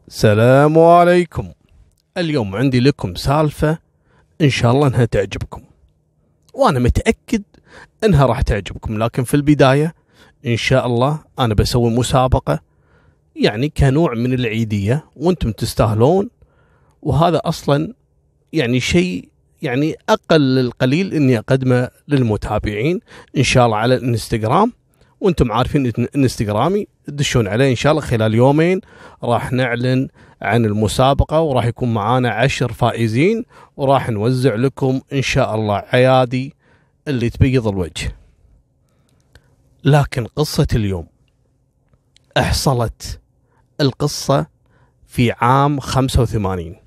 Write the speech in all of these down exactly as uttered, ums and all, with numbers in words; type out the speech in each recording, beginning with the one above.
السلام عليكم. اليوم عندي لكم سالفة إن شاء الله أنها تعجبكم، وأنا متأكد أنها راح تعجبكم. لكن في البداية إن شاء الله أنا بسوي مسابقة، يعني كنوع من العيدية، وأنتم تستاهلون. وهذا أصلا يعني شيء يعني أقل القليل إني أقدمه للمتابعين إن شاء الله على الانستغرام. وانتم عارفين انستغرامي، تدشون عليه ان شاء الله. خلال يومين راح نعلن عن المسابقة، وراح يكون معانا عشر فائزين، وراح نوزع لكم ان شاء الله عيادي اللي تبيض الوجه. لكن قصة اليوم احصلت القصة في عام خمسة وثمانين.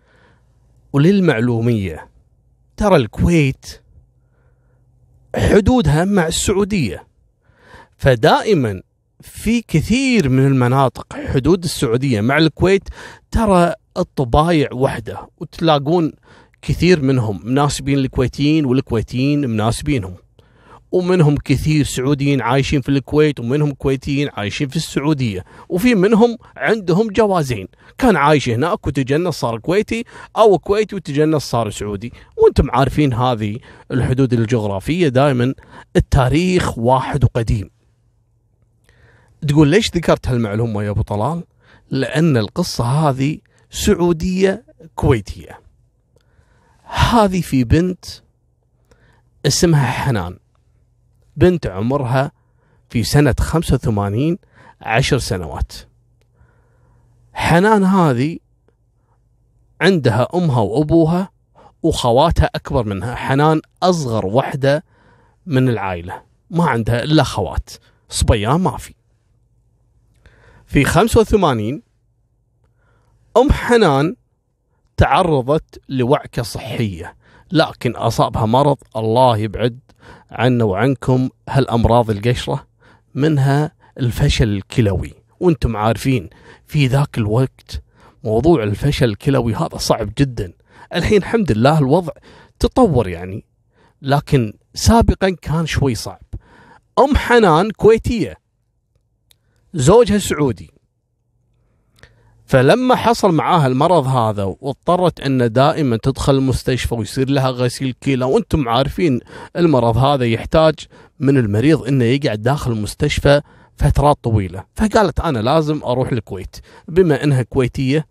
وللمعلومية ترى الكويت حدودها مع السعودية، فدائما في كثير من المناطق حدود السعودية مع الكويت ترى الطبايع وحدة، وتلاقون كثير منهم مناسبين الكويتيين، والكويتيين مناسبينهم، ومنهم كثير سعوديين عايشين في الكويت، ومنهم كويتيين عايشين في السعودية، وفي منهم عندهم جوازين، كان عايش هناك وتجنس صار كويتي، أو كويتي وتجنس صار سعودي. وانتم عارفين هذه الحدود الجغرافية، دائما التاريخ واحد وقديم. تقول ليش ذكرت هالمعلومة يا أبو طلال؟ لأن القصة هذه سعودية كويتية. هذه في بنت اسمها حنان، بنت عمرها في سنة خمسة وثمانين عشر سنوات. حنان هذه عندها أمها وأبوها وخواتها أكبر منها. حنان أصغر وحدة من العائلة، ما عندها إلا خوات، صبيان ما في. في خمسة وثمانين أم حنان تعرضت لوعكة صحية، لكن أصابها مرض الله يبعد عنا وعنكم هالأمراض القشرة، منها الفشل الكلوي. وانتم عارفين في ذاك الوقت موضوع الفشل الكلوي هذا صعب جدا. الحين الحمد لله الوضع تطور يعني، لكن سابقا كان شوي صعب. أم حنان كويتية، زوجها سعودي، فلما حصل معاها المرض هذا واضطرت أن دائما تدخل المستشفى ويصير لها غسيل كلى، وانتم عارفين المرض هذا يحتاج من المريض أنه يقعد داخل المستشفى فترات طويلة. فقالت أنا لازم أروح الكويت، بما أنها كويتية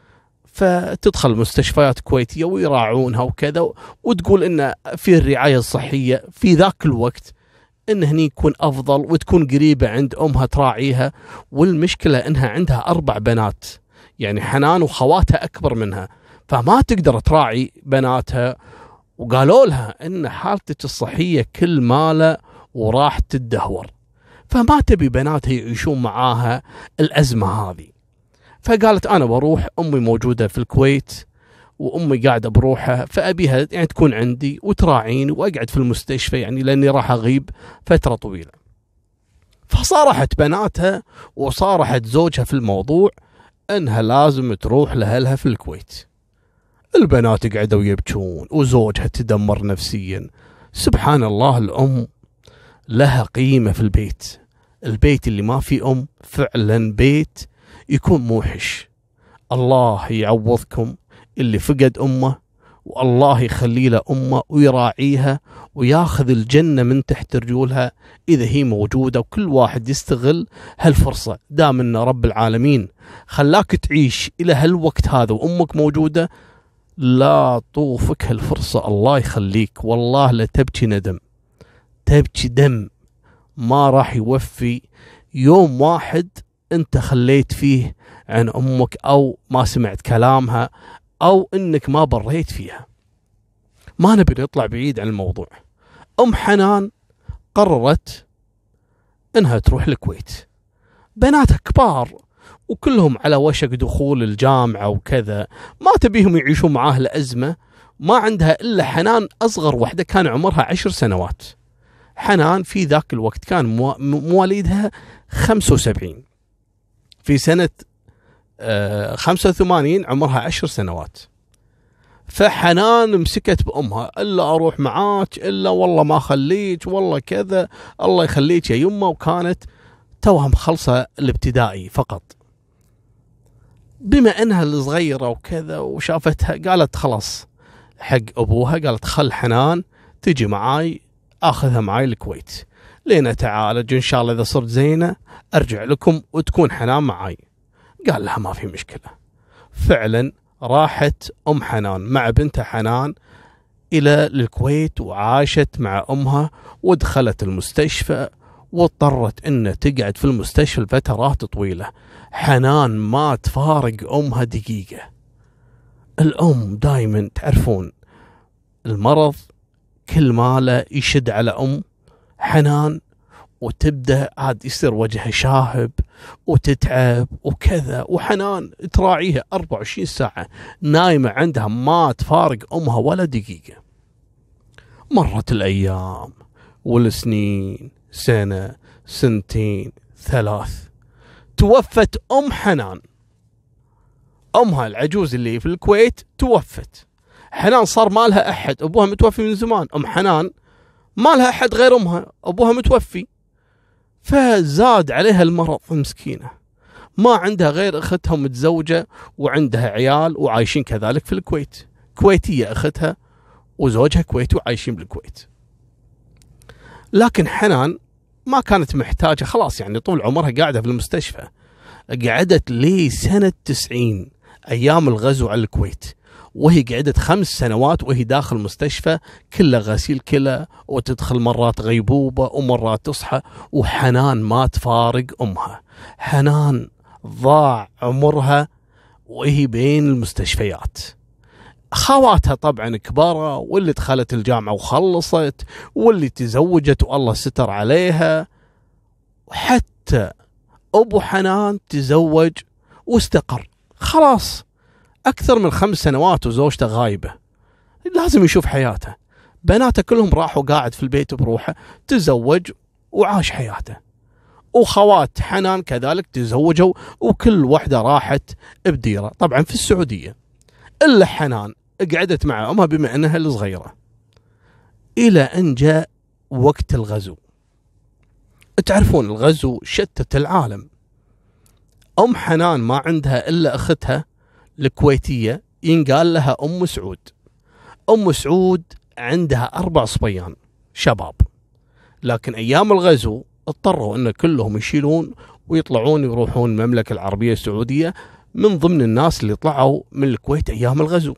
فتدخل مستشفيات كويتية ويراعونها وكذا، وتقول أن في الرعاية الصحية في ذاك الوقت إن هني يكون أفضل، وتكون قريبة عند أمها تراعيها. والمشكلة إنها عندها أربع بنات، يعني حنان وخواتها أكبر منها، فما تقدر تراعي بناتها. وقالوا لها إن حالتك الصحية كل ماله وراح تدهور، فما تبي بناتها يعيشون معاها الأزمة هذه. فقالت أنا بروح، أمي موجودة في الكويت وأمي قاعدة بروحها، فأبيها يعني تكون عندي وتراعيني وأقعد في المستشفى، يعني لأني راح أغيب فترة طويلة. فصارحت بناتها وصارحت زوجها في الموضوع أنها لازم تروح لأهلها في الكويت. البنات قعدوا يبكون وزوجها تدمر نفسيا. سبحان الله، الأم لها قيمة في البيت. البيت اللي ما فيه أم فعلا بيت يكون موحش. الله يعوضكم اللي فقد أمه، والله يخلي له أمه ويراعيها وياخذ الجنة من تحت رجولها إذا هي موجودة. وكل واحد يستغل هالفرصة، دام أن رب العالمين خلاك تعيش إلى هالوقت هذا وأمك موجودة، لا طوفك هالفرصة. الله يخليك، والله لا تبكي ندم، تبكي دم ما راح يوفي يوم واحد أنت خليت فيه عن أمك، أو ما سمعت كلامها، أو إنك ما بريت فيها. ما نبي نطلع بعيد عن الموضوع. أم حنان قررت إنها تروح الكويت. بناتها كبار وكلهم على وشك دخول الجامعة وكذا، ما تبيهم يعيشون معاه الأزمة. ما عندها إلا حنان أصغر واحدة، كان عمرها عشر سنوات. حنان في ذاك الوقت كان مواليدها خمسة وسبعين، في سنة خمسة وثمانين عمرها عشر سنوات. فحنان مسكت بأمها، إلا أروح معاك، إلا والله ما خليك، والله كذا، الله يخليك يا يمه. وكانت توها مخلصة الابتدائي فقط. بما أنها الصغيرة وكذا وشافتها قالت خلاص حق أبوها، قالت خل حنان تجي معاي أخذها معاي الكويت لين أتعالج، إن شاء الله إذا صرت زينة أرجع لكم وتكون حنان معاي. قال لها ما في مشكلة. فعلا راحت أم حنان مع بنتها حنان إلى الكويت وعاشت مع أمها ودخلت المستشفى، واضطرت أن تقعد في المستشفى لفترات طويلة. حنان ما تفارق أمها دقيقة. الأم دايما تعرفون المرض كل ماله يشد على أم حنان، وتبدأ عاد يصير وجهها شاهب وتتعب وكذا، وحنان تراعيها أربعة وعشرين ساعة نايمة عندها ما تفارق أمها ولا دقيقة. مرت الأيام والسنين، سنة سنتين ثلاث، توفت أم حنان. أمها العجوز اللي في الكويت توفت. حنان صار ما لها أحد، أبوها متوفي من زمان. أم حنان ما لها أحد غير أمها، أبوها متوفي. فزاد عليها المرض مسكينة، ما عندها غير أختها متزوجة وعندها عيال وعايشين كذلك في الكويت، كويتية أختها وزوجها كويتي وعايشين بالكويت. لكن حنان ما كانت محتاجة، خلاص يعني طول عمرها قاعدة في المستشفى. قعدت لي سنة تسعين أيام الغزو على الكويت، وهي قعدت خمس سنوات وهي داخل مستشفى كلها غسيل كلى، وتدخل مرات غيبوبة ومرات تصحى. وحنان ما تفارق أمها. حنان ضاع عمرها وهي بين المستشفيات. خواتها طبعا كبارة، واللي دخلت الجامعة وخلصت، واللي تزوجت والله ستر عليها، وحتى أبو حنان تزوج واستقر. خلاص أكثر من خمس سنوات وزوجته غايبة، لازم يشوف حياته. بناته كلهم راحوا قاعد في البيت بروحه، تزوج وعاش حياته. وخوات حنان كذلك تزوجوا وكل واحدة راحت بديرة، طبعا في السعودية. إلا حنان قعدت مع أمها بما أنها الصغيرة إلى أن جاء وقت الغزو. تعرفون الغزو شتت العالم. أم حنان ما عندها إلا أختها الكويتية ينقال لها أم سعود. أم سعود عندها أربع صبيان شباب، لكن أيام الغزو اضطروا أن كلهم يشيلون ويطلعون يروحون المملكة العربية السعودية، من ضمن الناس اللي طلعوا من الكويت أيام الغزو.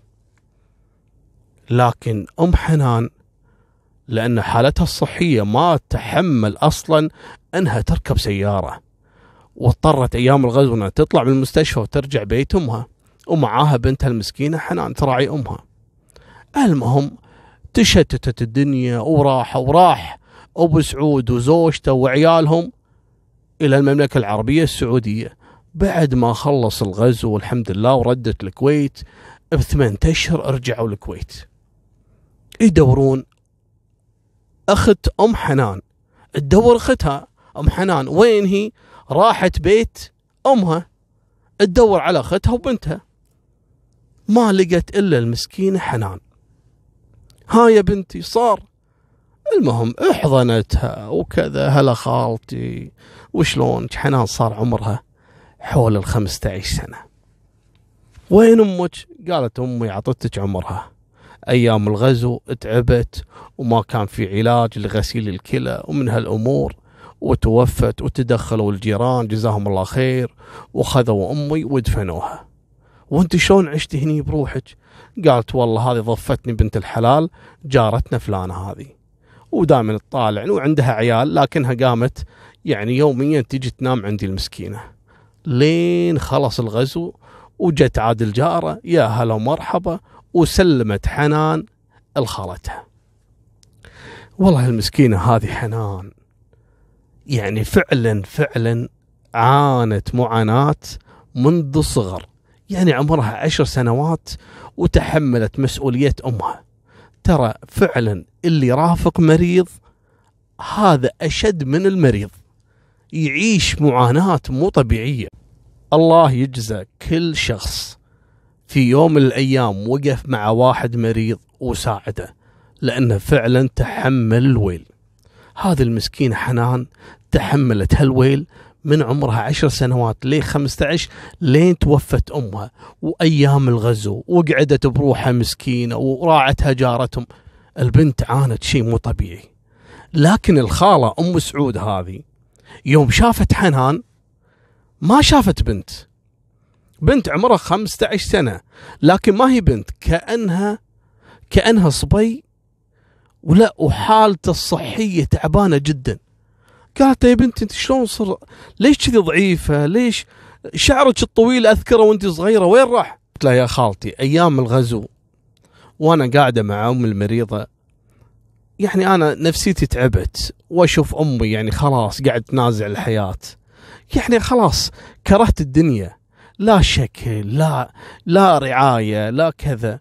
لكن أم حنان لأن حالتها الصحية ما تحمل أصلا أنها تركب سيارة، واضطرت أيام الغزو أنها تطلع من المستشفى وترجع بيت أمها، ومعاها بنتها المسكينة حنان تراعي أمها. المهم تشتتت الدنيا وراح وراح أبو سعود وزوجته وعيالهم إلى المملكة العربية السعودية بعد ما خلص الغزو والحمد لله، وردت الكويت بثمان أشهر رجعوا الكويت. يدورون أخت أم حنان، تدور أختها أم حنان وين هي، راحت بيت أمها تدور على أختها وبنتها، ما لقت إلا المسكينة حنان. ها يا بنتي صار. المهم احضنتها وكذا، هلا خالتي وشلونك. حنان صار عمرها حول الخمسة عشر سنة. وين أمك؟ قالت أمي عطتك عمرها، أيام الغزو تعبت وما كان في علاج لغسيل الكلى ومن هالأمور، وتوفت، وتدخلوا الجيران جزاهم الله خير وخذوا أمي ودفنوها. وانت شلون عشت هني بروحك؟ قالت والله هذه ضفتني بنت الحلال جارتنا فلانة هذه، ودائما تطالعني وعندها عيال، لكنها قامت يعني يوميا تيجي تنام عندي المسكينة لين خلص الغزو، وجت عاد الجارة يا هلا ومرحبا وسلمت حنان لخالتها. والله المسكينة هذه حنان يعني فعلا فعلا عانت معاناة منذ الصغر، يعني عمرها عشر سنوات وتحملت مسؤولية أمها. ترى فعلا اللي رافق مريض هذا أشد من المريض، يعيش معاناة مو طبيعية. الله يجزى كل شخص في يوم من الأيام وقف مع واحد مريض وساعده، لأنه فعلا تحمل الويل. هذه المسكينة حنان تحملت هالويل من عمرها عشر سنوات ليه خمسة عشر لين توفت أمها، وأيام الغزو وقعدت بروحها مسكينة وراعتها جارتهم. البنت عانت شيء مو طبيعي. لكن الخالة أم سعود هذه يوم شافت حنان ما شافت بنت، بنت عمرها خمسة عشر سنة، لكن ما هي بنت، كأنها كأنها صبي، ولا وحالته الصحية تعبانة جدا. قالت يا بنتي انت شلون صر ليش كذي ضعيفة؟ ليش شعرك الطويل أذكره وانت صغيرة وين راح؟ قلت لها يا خالتي أيام الغزو وأنا قاعدة مع أم المريضة، يعني أنا نفسيتي تعبت، وأشوف أمي يعني خلاص قاعد تنازع الحياة، يعني خلاص كرهت الدنيا، لا شكل لا لا رعاية لا كذا.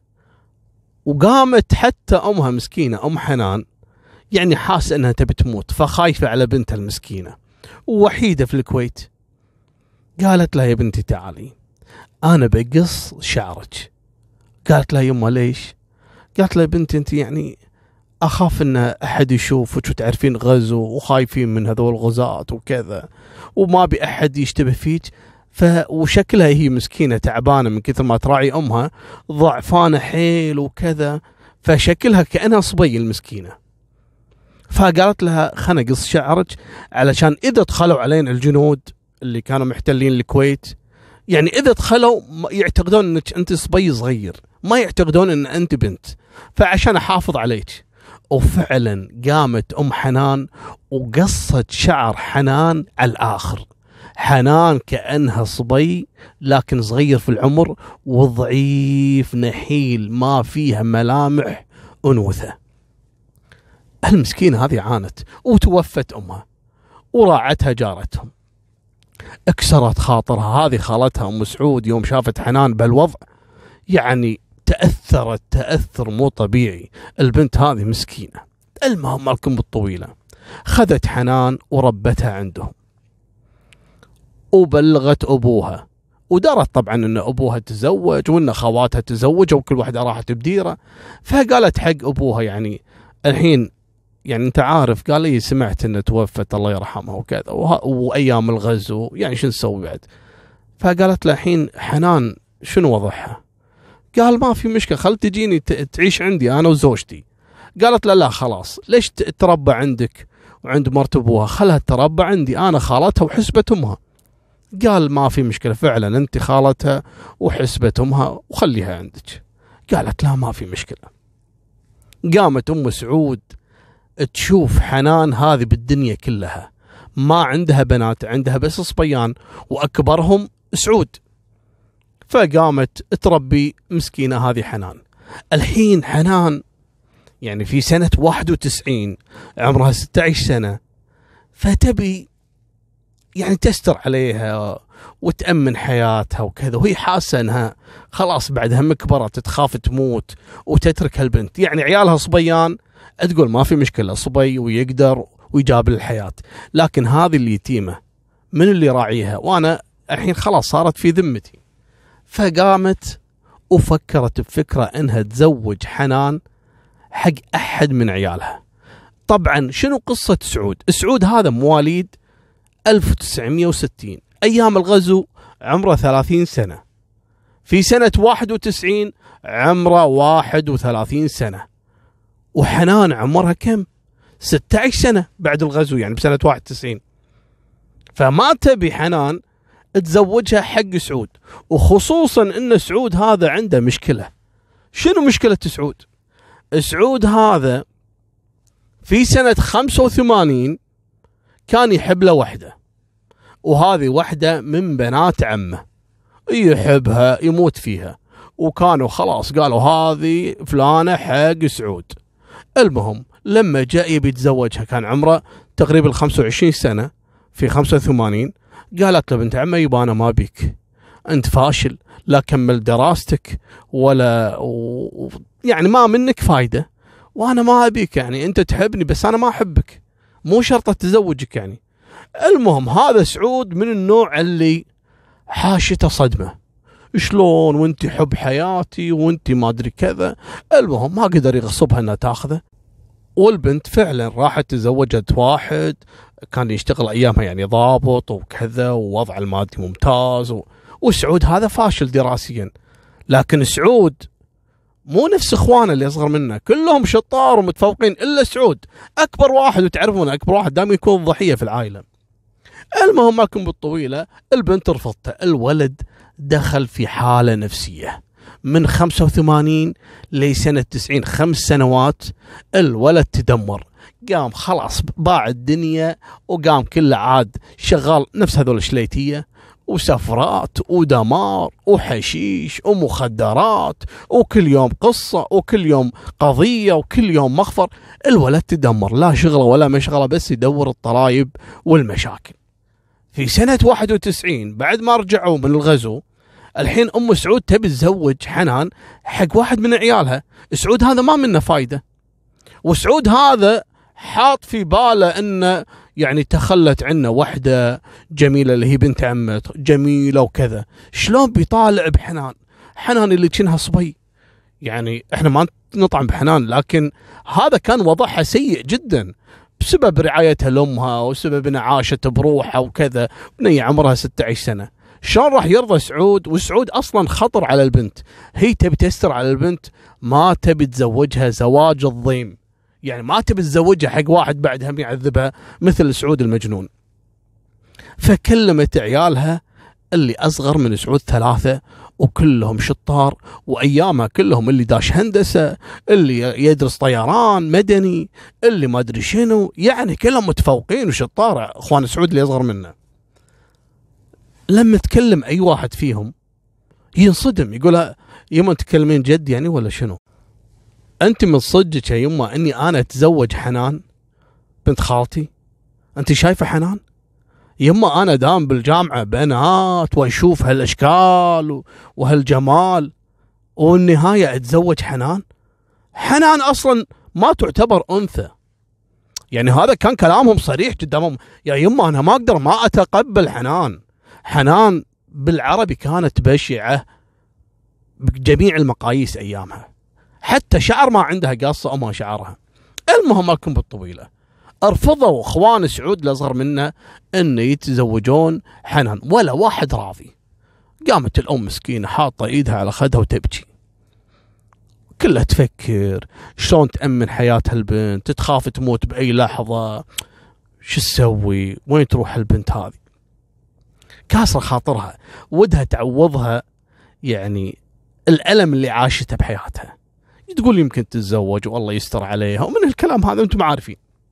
وقامت حتى أمها مسكينة أم حنان يعني حاسة أنها تبي تموت، فخايفة على بنتها المسكينة ووحيدة في الكويت. قالت لها يا بنتي تعالي أنا بقص شعرك. قالت لها يمه ليش؟ قالت لها يا بنتي أنت يعني أخاف أن أحد يشوفك، وتعرفين غزو وخايفين من هذول الغزاة وكذا، وما بي أحد يشتبه فيك. ف وشكلها هي مسكينة تعبانة من كثر ما تراعي أمها، ضعفانة حيل وكذا، فشكلها كأنها صبي المسكينة. فقالت لها خلنا قص شعرك علشان إذا دخلوا علينا الجنود اللي كانوا محتلين الكويت، يعني إذا دخلوا يعتقدون أنك أنت صبي صغير، ما يعتقدون أن أنت بنت، فعشان أحافظ عليك. وفعلا قامت أم حنان وقصت شعر حنان على الآخر. حنان كأنها صبي لكن صغير في العمر وضعيف نحيل، ما فيها ملامح أنوثة. المسكينة هذه عانت وتوفت أمها وراعتها جارتهم. اكسرت خاطرها هذه خالتها أم سعود يوم شافت حنان بالوضع، يعني تأثرت تأثر مو طبيعي. البنت هذه مسكينة. المهم مالكم بالطويلة، خذت حنان وربتها عندهم وبلغت أبوها، ودارت طبعا أن أبوها تزوج وأن خواتها تزوجوا وكل واحدة راحت بديرة. فقالت حق أبوها يعني الحين يعني أنت عارف، قال لي سمعت أنها توفت الله يرحمها وكذا وأيام الغزو، يعني شو نسوي بعد؟ فقالت له الحين حنان شنو وضعها؟ قال ما في مشكلة، خل تجيني تعيش عندي أنا وزوجتي. قالت لا لا خلاص ليش تربى عندك وعند مرت أبوها، خلها تربى عندي أنا خالتها وحسبة أمها. قال ما في مشكلة، فعلا أنت خالتها وحسبة أمها وخليها عندك. قالت لا ما في مشكلة. قامت أم سعود تشوف حنان هذه بالدنيا كلها ما عندها بنات، عندها بس صبيان وأكبرهم سعود. فقامت تربي مسكينة هذه حنان. الحين حنان يعني في سنة واحد وتسعين عمرها ستة عشر سنة، فتبي يعني تستر عليها وتأمن حياتها وكذا، وهي حاسة أنها خلاص بعدها مكبرت تخاف تموت وتترك هالبنت. يعني عيالها صبيان تقول ما في مشكلة، صبي ويقدر ويجاب الحياة، لكن هذه اليتيمة من اللي راعيها؟ وأنا الحين خلاص صارت في ذمتي. فقامت وفكرت بفكرة أنها تزوج حنان حق أحد من عيالها. طبعا شنو قصة سعود؟ سعود هذا مواليد ألف وتسعمئة وستين، أيام الغزو عمره ثلاثين سنة، في سنة واحد وتسعين عمره واحد وثلاثين سنة، وحنان عمرها كم؟ ستة عشر سنة بعد الغزو، يعني بسنة واحد وتسعين. فما تبي حنان تزوجها حق سعود، وخصوصا أن سعود هذا عنده مشكلة. شنو مشكلة سعود؟ سعود هذا في سنة خمسة وثمانين كان يحب له وحدة، وهذه وحدة من بنات عمه، يحبها يموت فيها، وكانوا خلاص قالوا هذه فلانة حق سعود. المهم لما جاء يبي يتزوجها كان عمره تقريبا خمسة وعشرين سنة في خمسة وثمانين. قالت له بنت عمه يبا أنا ما بيك، أنت فاشل، لا كمل دراستك ولا و... يعني ما منك فايدة، وأنا ما أبيك، يعني أنت تحبني بس أنا ما أحبك، مو شرط تزوجك يعني. المهم هذا سعود من النوع اللي حاشته صدمة، شلون وانت حب حياتي وانت ما أدري كذا. المهم ما قدر يغصبها أنها تاخذه، والبنت فعلا راحت تزوجت واحد كان يشتغل ايامها يعني ضابط وكذا، ووضع المادي ممتاز، و... وسعود هذا فاشل دراسيا. لكن سعود مو نفس اخوانه اللي اصغر منه، كلهم شطار ومتفوقين الا سعود اكبر واحد، وتعرفون اكبر واحد دائما يكون ضحيه في العائله. المهم ماكم بالطويله، البنت رفضته، الولد دخل في حاله نفسيه من خمسة وثمانين لسنه تسعين، خمس سنوات الولد تدمر، قام خلاص باع الدنيا، وقام كله عاد شغال نفس هذول الشليتيه، وسفرات ودمار وحشيش ومخدرات، وكل يوم قصة وكل يوم قضية وكل يوم مخفر. الولد تدمر، لا شغله ولا مشغله، بس يدور الطرايب والمشاكل. في سنة واحد وتسعين بعد ما رجعوا من الغزو، الحين أم سعود تبي تزوج حنان حق واحد من عيالها. سعود هذا ما منه فايدة، وسعود هذا حاط في باله انه يعني تخلت عنه وحده جميله اللي هي بنت عمه جميله وكذا، شلون بيطالع بحنان؟ حنان اللي كأنها صبي. يعني احنا ما نطعن بحنان، لكن هذا كان وضعها سيء جدا بسبب رعايتها لامها، وسبب انها عاشت بروحها وكذا، وهي عمرها ستة عشر سنه. شلون راح يرضى سعود؟ وسعود اصلا خطر على البنت، هي تبي تستر على البنت، ما تبي تزوجها زواج الضيم، يعني ما تبي تزوجها حق واحد بعد هم يعذبها مثل سعود المجنون. فكلمت عيالها اللي أصغر من سعود ثلاثة، وكلهم شطار، وأيامها كلهم اللي داش هندسة، اللي يدرس طيران مدني، اللي ما أدري شنو، يعني كلهم متفوقين وشطار أخوان سعود اللي أصغر منه. لما تكلم أي واحد فيهم ينصدم، يقول يما تكلمين جد يعني ولا شنو؟ أنت من صدقك يا يما أني أنا أتزوج حنان بنت خالتي؟ أنت شايفة حنان؟ يما أنا دام بالجامعة بنات وأشوف هالأشكال وهالجمال، والنهاية أتزوج حنان؟ حنان أصلا ما تعتبر أنثى. يعني هذا كان كلامهم صريح قدامهم، يا يما أنا ما أقدر ما أتقبل حنان. حنان بالعربي كانت بشعة بجميع المقاييس أيامها، حتى شعر ما عندها قاصة أما شعرها. المهم لكم بالطويلة، ارفضوا اخوان سعود الاصغر منه ان يتزوجون حنان، ولا واحد راضي. قامت الام مسكينه حاطه ايدها على خدها وتبكي، كلها تفكر شلون تامن حياه هالبنت، تخاف تموت باي لحظه، شو تسوي؟ وين تروح البنت هذه؟ كاسره خاطرها، ودها تعوضها يعني الالم اللي عاشته بحياتها. تقول يمكن تتزوج والله يستر عليها، ومن الكلام هذا انتم عارفين.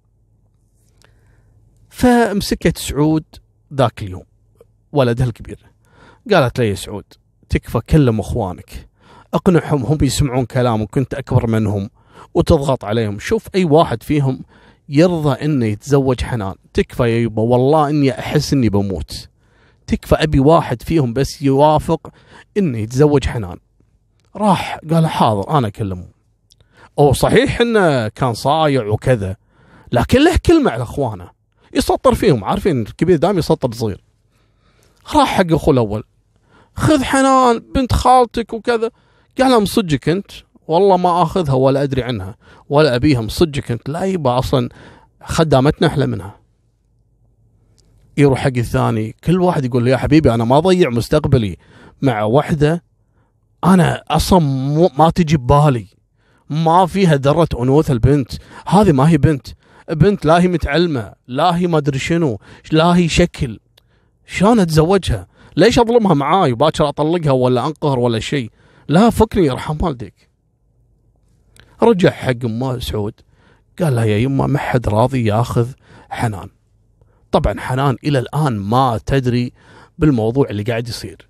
فمسكت سعود ذاك اليوم ولدها الكبير، قالت لي يا سعود تكفى، كلم اخوانك، اقنعهم هم يسمعون كلامك، كنت اكبر منهم وتضغط عليهم، شوف اي واحد فيهم يرضى انه يتزوج حنان. تكفى يا يبا، والله اني احس اني بموت، تكفى ابي واحد فيهم بس يوافق انه يتزوج حنان. راح قال حاضر انا اكلمه. او صحيح انه كان صايع وكذا، لكن له كلمه على اخوانه، يسطر فيهم، عارفين الكبير دائما يسطر صغير. راح حق اخوه الاول، خذ حنان بنت خالتك وكذا. قال له من صدقك انت؟ والله ما اخذها ولا ادري عنها ولا ابيها، من صدقك انت؟ لا يبا اصلا خدامتنا احلى منها. يروح حق الثاني، كل واحد يقول له يا حبيبي انا ما اضيع مستقبلي مع وحده انا اصلا ما تجي ببالي، ما فيها ذره انوثه. البنت هذه ما هي بنت، بنت لا هي متعلمه، لا هي ما ادري شنو، لا هي شكل، شلون اتزوجها؟ ليش اظلمها معاي وباكر اطلقها ولا انقهر ولا شيء؟ لا فكني يرحم والديك. رجع حق ام سعود، قال لها يا يما ما حد راضي ياخذ حنان. طبعا حنان الى الان ما تدري بالموضوع اللي قاعد يصير.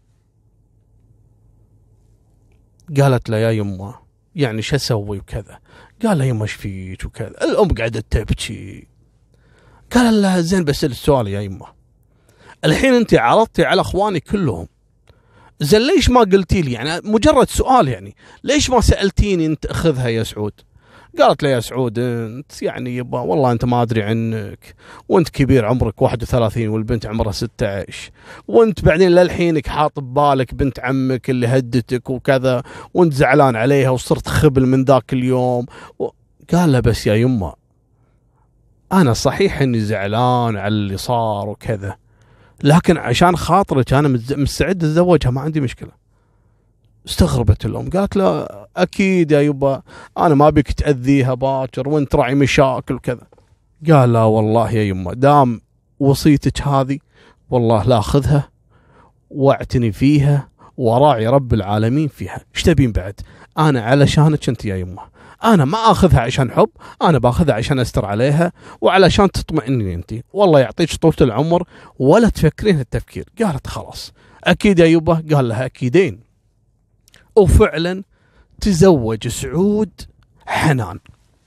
قالت له يا يما يعني شو اسوي وكذا؟ قال لها يما ايش فيك وكذا؟ الام قاعده تبكي. قال لها زين بسأل السؤال يا يما، الحين انت عرضتي على اخواني كلهم، زين ليش ما قلتي لي؟ يعني مجرد سؤال، يعني ليش ما سالتيني انت اخذها يا سعود؟ قالت له يا سعود انت يعني يبا والله انت ما ادري عنك، وانت كبير عمرك واحد وثلاثين والبنت عمرها ستة عشر، وانت بعدين للحينك حاط ببالك بنت عمك اللي هدتك وكذا، وانت زعلان عليها وصرت خبل من ذاك اليوم و... قال له بس يا يما أنا صحيح إني زعلان على اللي صار وكذا، لكن عشان خاطرك أنا مستعد أتزوجها، ما عندي مشكلة. استغربت الأم، قالت له أكيد يا يبا أنا ما بيك تأذيها باكر وانت راعي مشاكل وكذا. قال لا والله يا يمه دام وصيتك هذه والله لا أخذها واعتني فيها وراعي رب العالمين فيها، ايش تبين بعد؟ أنا علشانك أنت يا يمه، أنا ما أخذها عشان حب، أنا باخذها عشان أستر عليها وعلشان تطمئني أنت، والله يعطيك طولة العمر ولا تفكرين التفكير. قالت خلاص أكيد يا يبا؟ قال لها أكيدين. وفعلا تزوج سعود حنان،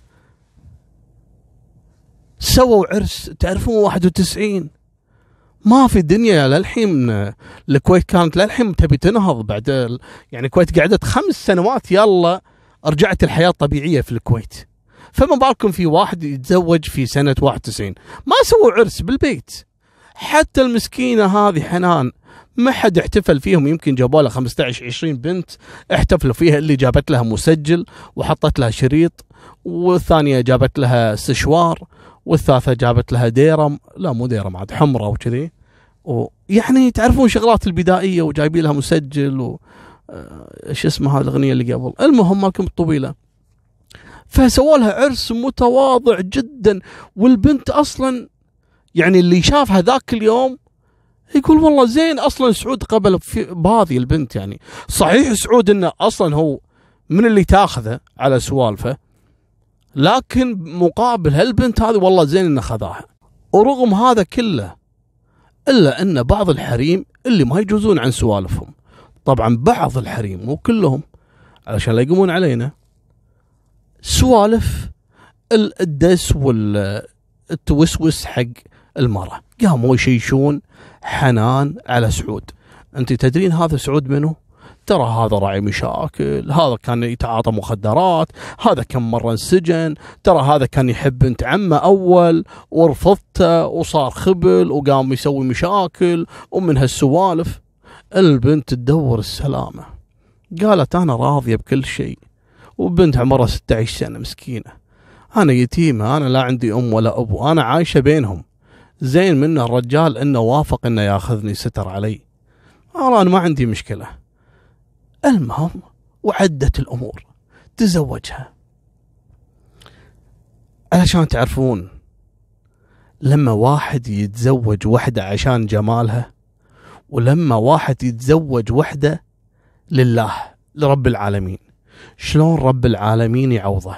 سووا عرس. تعرفون واحد وتسعين ما في دنيا للحين، الكويت كانت للحين تبي تنهض بعد يعني الكويت قعدت خمس سنوات يلا رجعت الحياة طبيعية في الكويت، فما بالكم في واحد يتزوج في سنة واحد وتسعين. ما سووا عرس بالبيت، حتى المسكينة هذه حنان ما حد احتفل فيهم، يمكن جابوا لها خمسة عشر عشرين بنت احتفلوا فيها، اللي جابت لها مسجل وحطت لها شريط، والثانية جابت لها سشوار، والثالثة جابت لها ديرم، لا مو ديرم عاد حمرة وكذي، ويعني تعرفون شغلات البدائية، وجايبين لها مسجل و ايش اسمها هذه الأغنية اللي قبل، المهم مالكم الطويلة. فسووا لها عرس متواضع جدا، والبنت أصلا يعني اللي شافها ذاك اليوم يقول والله زين أصلا سعود قبل بهذه البنت. يعني صحيح سعود إنه أصلا هو من اللي تاخذه على سوالفه، لكن مقابل هالبنت هذه والله زين إنه خذاها. ورغم هذا كله إلا أن بعض الحريم اللي ما يجوزون عن سوالفهم، طبعا بعض الحريم مو كلهم علشان لا يقومون علينا، سوالف الدس والتوسوس حق المرأة، قاموا يشيشون حنان على سعود. انت تدرين هذا سعود منه؟ ترى هذا راعي مشاكل، هذا كان يتعاطى مخدرات، هذا كم مرة انسجن، ترى هذا كان يحب بنت عمه أول ورفضته وصار خبل وقام يسوي مشاكل ومن هالسوالف. البنت تدور السلامة، قالت أنا راضية بكل شيء، وبنت عمرها ستة عشر سنة مسكينة، أنا يتيمة، أنا لا عندي أم ولا أبو، أنا عايشة بينهم. زين منه الرجال إنه وافق إنه ياخذني ستر علي، أنا ما عندي مشكلة. المهم وعدت الأمور تزوجها. علشان تعرفون لما واحد يتزوج وحدة عشان جمالها، ولما واحد يتزوج وحدة لله لرب العالمين، شلون رب العالمين يعوضه.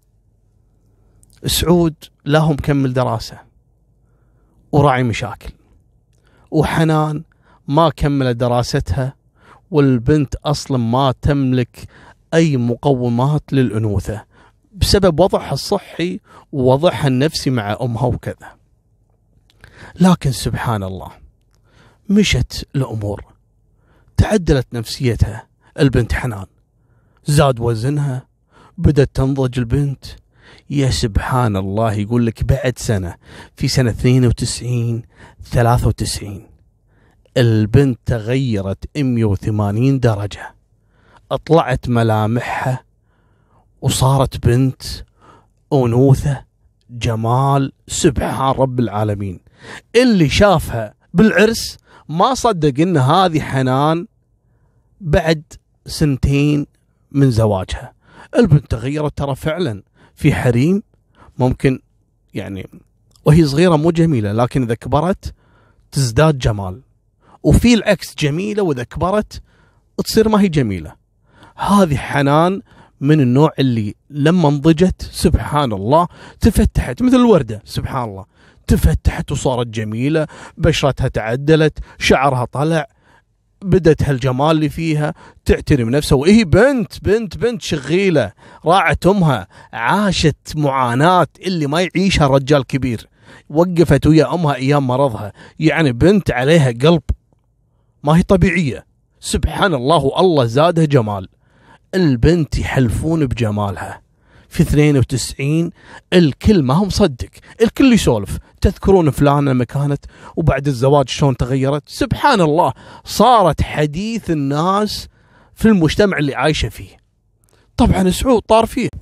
سعود لا هو مكمل دراسة وراعي مشاكل، وحنان ما كمل دراستها، والبنت أصلا ما تملك أي مقومات للأنوثة بسبب وضعها الصحي ووضعها النفسي مع أمها وكذا. لكن سبحان الله مشت الأمور، تعدلت نفسيتها البنت حنان، زاد وزنها، بدأت تنضج البنت. يا سبحان الله، يقول لك بعد سنة في سنة اثنين وتسعين ثلاثة وتسعين البنت تغيرت مئة وثمانين درجة، اطلعت ملامحها وصارت بنت أنوثة جمال سبحان رب العالمين. اللي شافها بالعرس ما صدق إن هذه حنان بعد سنتين من زواجها. البنت تغيرت ترى فعلا. في حريم ممكن يعني وهي صغيرة مو جميلة، لكن إذا كبرت تزداد جمال، وفي العكس جميلة وإذا كبرت تصير ما هي جميلة. هذه حنان من النوع اللي لما نضجت سبحان الله تفتحت مثل الوردة، سبحان الله تفتحت وصارت جميلة، بشرتها تعدلت، شعرها طلع، بدت هالجمال اللي فيها، تعترم نفسها، وهي بنت بنت بنت شغيلة راعت أمها، عاشت معاناة اللي ما يعيشها الرجال كبير، وقفت ويا أمها أيام مرضها، يعني بنت عليها قلب ما هي طبيعية سبحان الله، والله زادها جمال. البنت يحلفون بجمالها في اثنين وتسعين، الكل ما هم مصدق، الكل يسولف، تذكرون فلانة لما كانت وبعد الزواج شلون تغيرت، سبحان الله صارت حديث الناس في المجتمع اللي عايشة فيه. طبعا سعود طار فيه،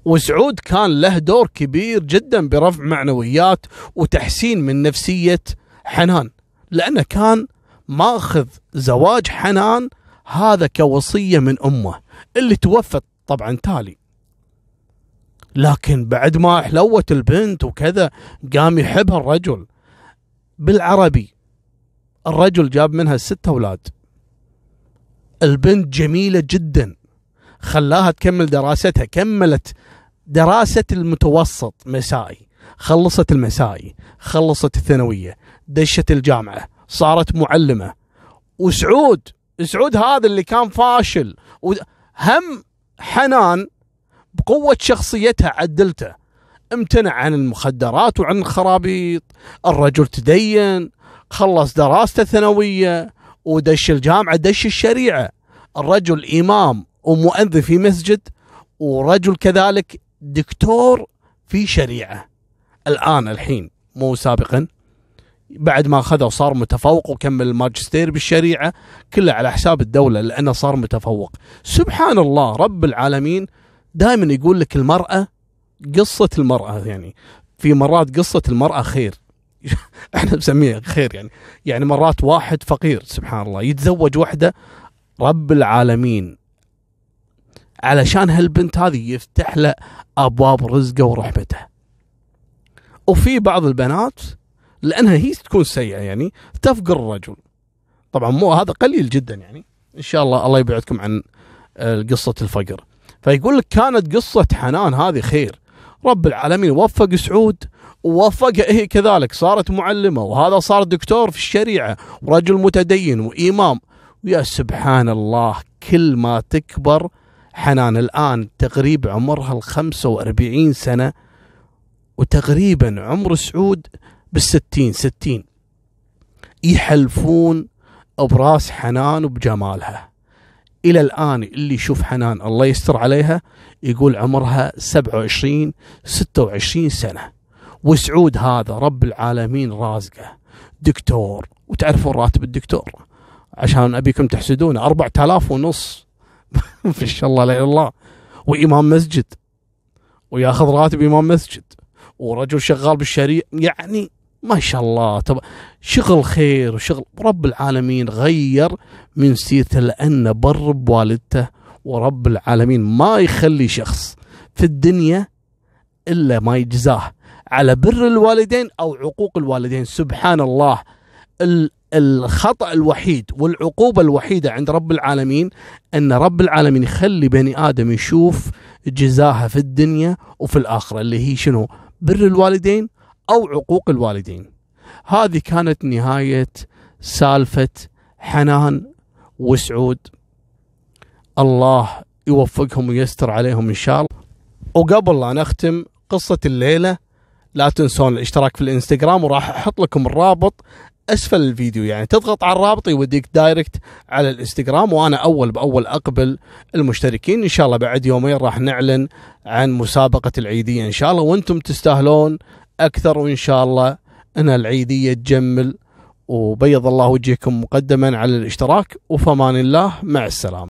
وسعود كان له دور كبير جدا برفع معنويات وتحسين من نفسية حنان، لأنه كان ماخذ زواج حنان هذا كوصية من أمه اللي توفت طبعا تالي. لكن بعد ما حلوت البنت وكذا قام يحبها الرجل. بالعربي الرجل جاب منها ست أولاد، البنت جميلة جدا، خلاها تكمل دراستها، كملت دراسة المتوسط مسائي، خلصت المسائي، خلصت الثانوية، دشت الجامعة، صارت معلمة. وسعود سعود هذا اللي كان فاشل، وهم حنان بقوة شخصيتها عدلته، امتنع عن المخدرات وعن الخرابيط. الرجل تدين، خلص دراسته الثانوية ودش الجامعة، دش الشريعة. الرجل إمام ومؤذن في مسجد، ورجل كذلك دكتور في شريعة الآن الحين مو سابقا، بعد ما أخذه وصار متفوق وكمل الماجستير بالشريعة، كله على حساب الدولة لأنه صار متفوق. سبحان الله رب العالمين دائما يقول لك المرأة قصة المرأة، يعني في مرات قصة المرأة خير احنا نسميها خير، يعني يعني مرات واحد فقير سبحان الله يتزوج وحدة، رب العالمين علشان هالبنت هذه يفتح له أبواب رزقه ورحمته. وفي بعض البنات لأنها هي تكون سيئة يعني تفقر الرجل، طبعا مو هذا قليل جدا، يعني إن شاء الله الله يبعدكم عن قصة الفقر. فيقول لك كانت قصة حنان هذه خير، رب العالمين وفق سعود ووفقها هي كذلك، صارت معلمة وهذا صار دكتور في الشريعة ورجل متدين وإمام. ويا سبحان الله كل ما تكبر حنان الآن تقريبا عمرها الخمسة وأربعين سنة، وتقريبا عمر سعود بالستين ستين، يحلفون براس حنان وبجمالها. إلى الآن اللي يشوف حنان الله يستر عليها يقول عمرها سبعة وعشرين ستة وعشرين سنة. وسعود هذا رب العالمين رازقه دكتور، وتعرفون راتب الدكتور عشان أبيكم تحسدون أربعة آلاف ونص في شاء الله لا إله إلا الله، وإمام مسجد وياخذ راتب إمام مسجد، ورجل شغال بالشريعة، يعني ما شاء الله طب شغل خير وشغل. رب العالمين غير من سيرته لأنه بر بوالدته، ورب العالمين ما يخلي شخص في الدنيا إلا ما يجزاه على بر الوالدين أو عقوق الوالدين. سبحان الله الخطأ الوحيد والعقوبة الوحيدة عند رب العالمين أن رب العالمين يخلي بني آدم يشوف جزاها في الدنيا وفي الآخرة، اللي هي شنو؟ بر الوالدين أو عقوق الوالدين. هذه كانت نهاية سالفة حنان وسعود، الله يوفقهم ويستر عليهم إن شاء الله. وقبل لا نختم قصة الليلة لا تنسون الاشتراك في الانستغرام، وراح أحط لكم الرابط أسفل الفيديو، يعني تضغط على الرابط يوديك دايركت على الانستغرام، وأنا أول بأول أقبل المشتركين. إن شاء الله بعد يومين راح نعلن عن مسابقة العيدية إن شاء الله، وأنتم تستاهلون أكثر، وإن شاء الله أن العيدية تجمل. وبيض الله وجهكم مقدما على الاشتراك، وفمان الله، مع السلامة.